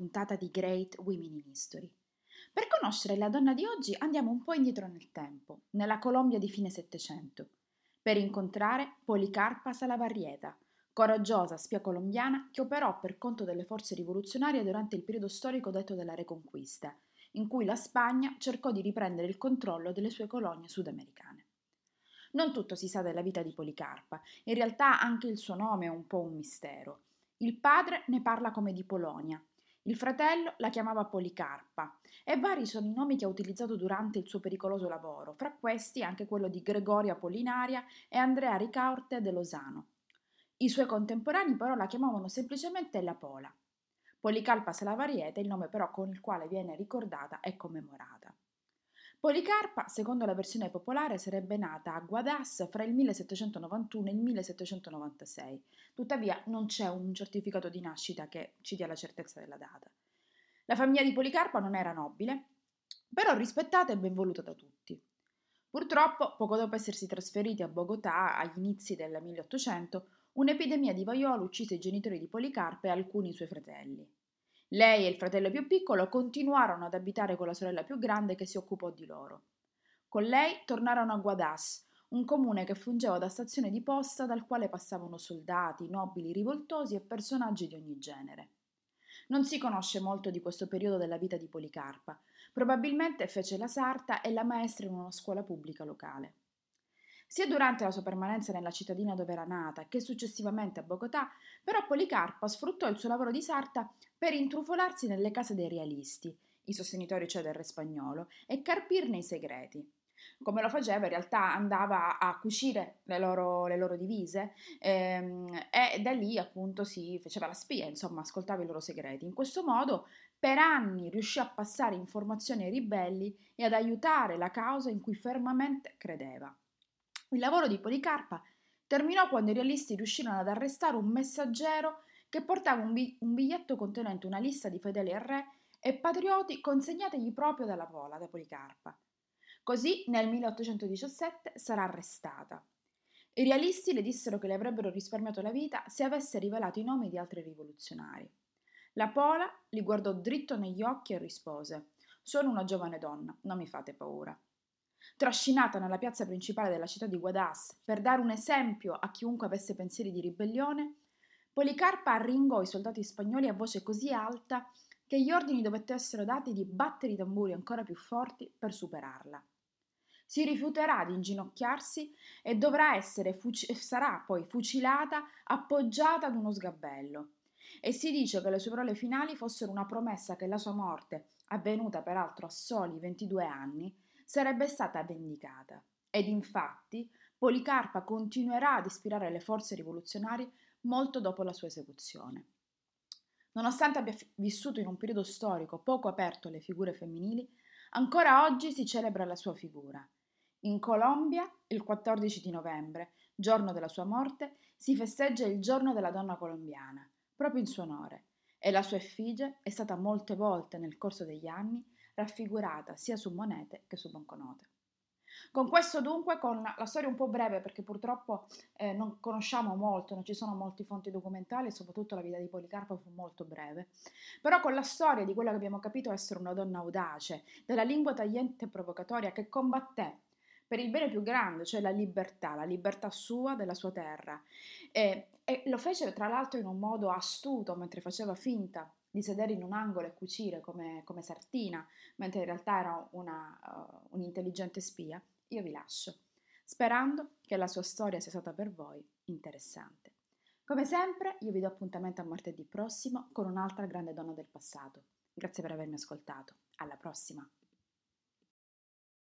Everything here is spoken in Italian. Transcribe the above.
puntata di Great Women in History. Per conoscere la donna di oggi andiamo un po' indietro nel tempo, nella Colombia di fine Settecento, per incontrare Policarpa Salavarrieta, coraggiosa spia colombiana che operò per conto delle forze rivoluzionarie durante il periodo storico detto della Reconquista, in cui la Spagna cercò di riprendere il controllo delle sue colonie sudamericane. Non tutto si sa della vita di Policarpa, in realtà anche il suo nome è un po' un mistero. Il padre ne parla come di Polonia, il fratello la chiamava Policarpa e vari sono i nomi che ha utilizzato durante il suo pericoloso lavoro, fra questi anche quello di Gregoria Apollinaria e Andrea Ricaurte de Lozano. I suoi contemporanei però la chiamavano semplicemente la Pola. Policarpa Salavarieta è il nome però con il quale viene ricordata e commemorata. Policarpa, secondo la versione popolare, sarebbe nata a Guadas fra il 1791 e il 1796, tuttavia non c'è un certificato di nascita che ci dia la certezza della data. La famiglia di Policarpa non era nobile, però rispettata e ben voluta da tutti. Purtroppo, poco dopo essersi trasferiti a Bogotà agli inizi del 1800, un'epidemia di vaiolo uccise i genitori di Policarpa e alcuni suoi fratelli. Lei e il fratello più piccolo continuarono ad abitare con la sorella più grande che si occupò di loro. Con lei tornarono a Guadas, un comune che fungeva da stazione di posta dal quale passavano soldati, nobili rivoltosi e personaggi di ogni genere. Non si conosce molto di questo periodo della vita di Policarpa. Probabilmente fece la sarta e la maestra in una scuola pubblica locale. Sia durante la sua permanenza nella cittadina dove era nata che successivamente a Bogotà, però Policarpa sfruttò il suo lavoro di sarta per intrufolarsi nelle case dei realisti, i sostenitori cioè del re spagnolo, e carpirne i segreti. Come lo faceva, in realtà andava a cucire le loro divise e da lì appunto si faceva la spia, insomma, ascoltava i loro segreti. In questo modo per anni riuscì a passare informazioni ai ribelli e ad aiutare la causa in cui fermamente credeva. Il lavoro di Policarpa terminò quando i realisti riuscirono ad arrestare un messaggero che portava un biglietto contenente una lista di fedeli al re e patrioti consegnategli proprio dalla Pola, da Policarpa. Così nel 1817 sarà arrestata. I realisti le dissero che le avrebbero risparmiato la vita se avesse rivelato i nomi di altri rivoluzionari. La Pola li guardò dritto negli occhi e rispose: Sono una giovane donna, non mi fate paura. Trascinata nella piazza principale della città di Guadas per dare un esempio a chiunque avesse pensieri di ribellione, Policarpa arringò i soldati spagnoli a voce così alta che gli ordini dovettero essere dati di battere i tamburi ancora più forti per superarla. Si rifiuterà di inginocchiarsi e sarà poi fucilata appoggiata ad uno sgabello. E si dice che le sue parole finali fossero una promessa che la sua morte, avvenuta peraltro a soli 22 anni, sarebbe stata vendicata. Ed infatti Policarpa continuerà ad ispirare le forze rivoluzionarie molto dopo la sua esecuzione. Nonostante abbia vissuto in un periodo storico poco aperto alle figure femminili, ancora oggi si celebra la sua figura. In Colombia, il 14 di novembre, giorno della sua morte, si festeggia il Giorno della Donna Colombiana, proprio in suo onore, e la sua effigie è stata molte volte nel corso degli anni raffigurata sia su monete che su banconote. Con questo dunque, con la storia un po' breve perché purtroppo non conosciamo molto, non ci sono molti fonti documentali e soprattutto la vita di Policarpa fu molto breve, però con la storia di quella che abbiamo capito essere una donna audace, della lingua tagliente e provocatoria che combatté per il bene più grande, cioè la libertà sua, della sua terra, e lo fece tra l'altro in un modo astuto mentre faceva finta di sedere in un angolo e cucire come sartina, mentre in realtà era un'intelligente spia. Io vi lascio, sperando che la sua storia sia stata per voi interessante. Come sempre, io vi do appuntamento a martedì prossimo con un'altra grande donna del passato. Grazie per avermi ascoltato. Alla prossima!